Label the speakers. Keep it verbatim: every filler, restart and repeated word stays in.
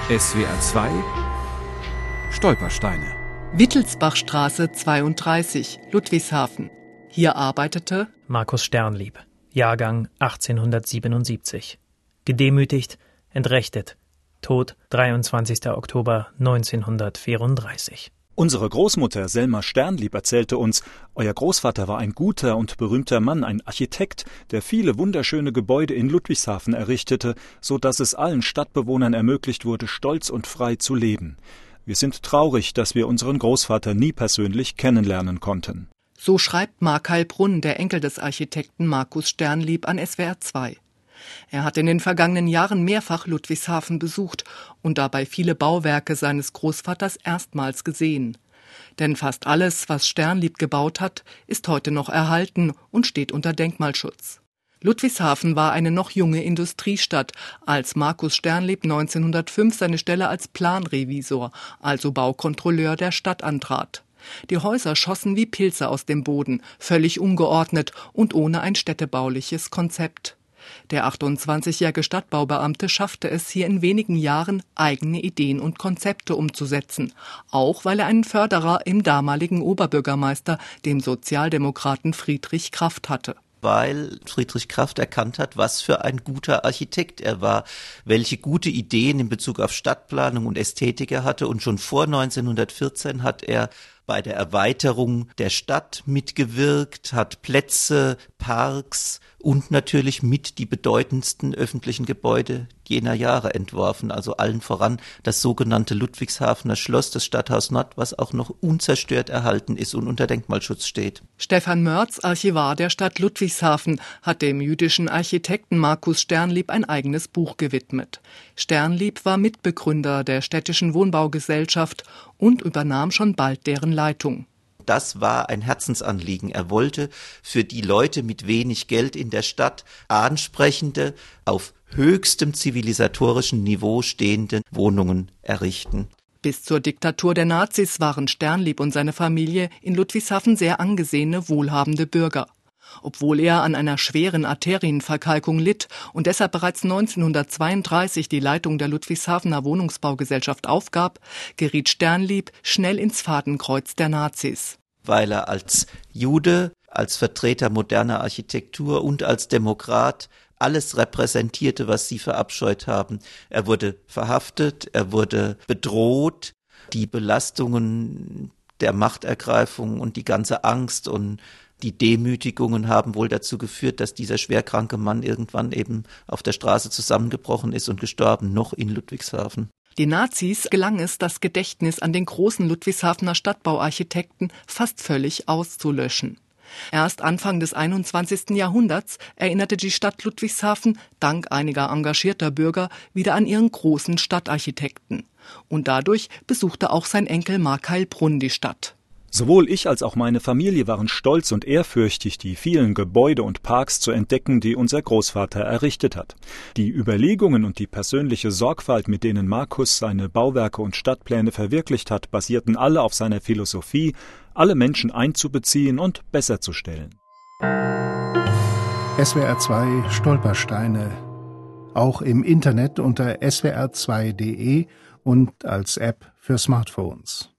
Speaker 1: S W R zwei Stolpersteine.
Speaker 2: Wittelsbachstraße zweiunddreißig, Ludwigshafen. Hier arbeitete
Speaker 3: Markus Sternlieb, Jahrgang achtzehnhundertsiebenundsiebzig. Gedemütigt, entrechtet, Tod dreiundzwanzigster Oktober neunzehnhundertvierunddreißig.
Speaker 4: Unsere Großmutter Selma Sternlieb erzählte uns, euer Großvater war ein guter und berühmter Mann, ein Architekt, der viele wunderschöne Gebäude in Ludwigshafen errichtete, so dass es allen Stadtbewohnern ermöglicht wurde, stolz und frei zu leben. Wir sind traurig, dass wir unseren Großvater nie persönlich kennenlernen konnten.
Speaker 2: So schreibt Mark Heilbrunn, der Enkel des Architekten Markus Sternlieb, an S W R zwei. Er hat in den vergangenen Jahren mehrfach Ludwigshafen besucht und dabei viele Bauwerke seines Großvaters erstmals gesehen. Denn fast alles, was Sternlieb gebaut hat, ist heute noch erhalten und steht unter Denkmalschutz. Ludwigshafen war eine noch junge Industriestadt, als Markus Sternlieb neunzehnhundertfünf seine Stelle als Planrevisor, also Baukontrolleur der Stadt antrat. Die Häuser schossen wie Pilze aus dem Boden, völlig ungeordnet und ohne ein städtebauliches Konzept. Der achtundzwanzigjährige Stadtbaubeamte schaffte es hier in wenigen Jahren, eigene Ideen und Konzepte umzusetzen, auch weil er einen Förderer im damaligen Oberbürgermeister, dem Sozialdemokraten Friedrich Kraft, hatte.
Speaker 5: Weil Friedrich Kraft erkannt hat, was für ein guter Architekt er war, welche gute Ideen in Bezug auf Stadtplanung und Ästhetik er hatte. Und schon vor neunzehnhundertvierzehn hat er bei der Erweiterung der Stadt mitgewirkt, hat Plätze, Parks und natürlich mit die bedeutendsten öffentlichen Gebäude jener Jahre entworfen. Also allen voran das sogenannte Ludwigshafener Schloss, das Stadthaus Nord, was auch noch unzerstört erhalten ist und unter Denkmalschutz steht.
Speaker 2: Stefan Mörz, Archivar der Stadt Ludwigshafen, hat dem jüdischen Architekten Markus Sternlieb ein eigenes Buch gewidmet. Sternlieb war Mitbegründer der Städtischen Wohnbaugesellschaft und übernahm schon bald deren Leitung.
Speaker 5: Das war ein Herzensanliegen. Er wollte für die Leute mit wenig Geld in der Stadt ansprechende, auf höchstem zivilisatorischen Niveau stehende Wohnungen errichten.
Speaker 2: Bis zur Diktatur der Nazis waren Sternlieb und seine Familie in Ludwigshafen sehr angesehene, wohlhabende Bürger. Obwohl er an einer schweren Arterienverkalkung litt und deshalb bereits neunzehnhundertzweiunddreißig die Leitung der Ludwigshafener Wohnungsbaugesellschaft aufgab, geriet Sternlieb schnell ins Fadenkreuz der Nazis.
Speaker 5: Weil er als Jude, als Vertreter moderner Architektur und als Demokrat alles repräsentierte, was sie verabscheut haben. Er wurde verhaftet, er wurde bedroht. Die Belastungen der Machtergreifung und die ganze Angst und die Demütigungen haben wohl dazu geführt, dass dieser schwerkranke Mann irgendwann eben auf der Straße zusammengebrochen ist und gestorben, noch in Ludwigshafen.
Speaker 2: Den Nazis gelang es, das Gedächtnis an den großen Ludwigshafener Stadtbauarchitekten fast völlig auszulöschen. Erst Anfang des einundzwanzigsten Jahrhunderts erinnerte die Stadt Ludwigshafen, dank einiger engagierter Bürger, wieder an ihren großen Stadtarchitekten. Und dadurch besuchte auch sein Enkel Mark Heilbrunn die Stadt.
Speaker 4: Sowohl ich als auch meine Familie waren stolz und ehrfürchtig, die vielen Gebäude und Parks zu entdecken, die unser Großvater errichtet hat. Die Überlegungen und die persönliche Sorgfalt, mit denen Markus seine Bauwerke und Stadtpläne verwirklicht hat, basierten alle auf seiner Philosophie, alle Menschen einzubeziehen und besser zu stellen.
Speaker 6: S W R zwei Stolpersteine. Auch im Internet unter S W R zwei Punkt de und als App für Smartphones.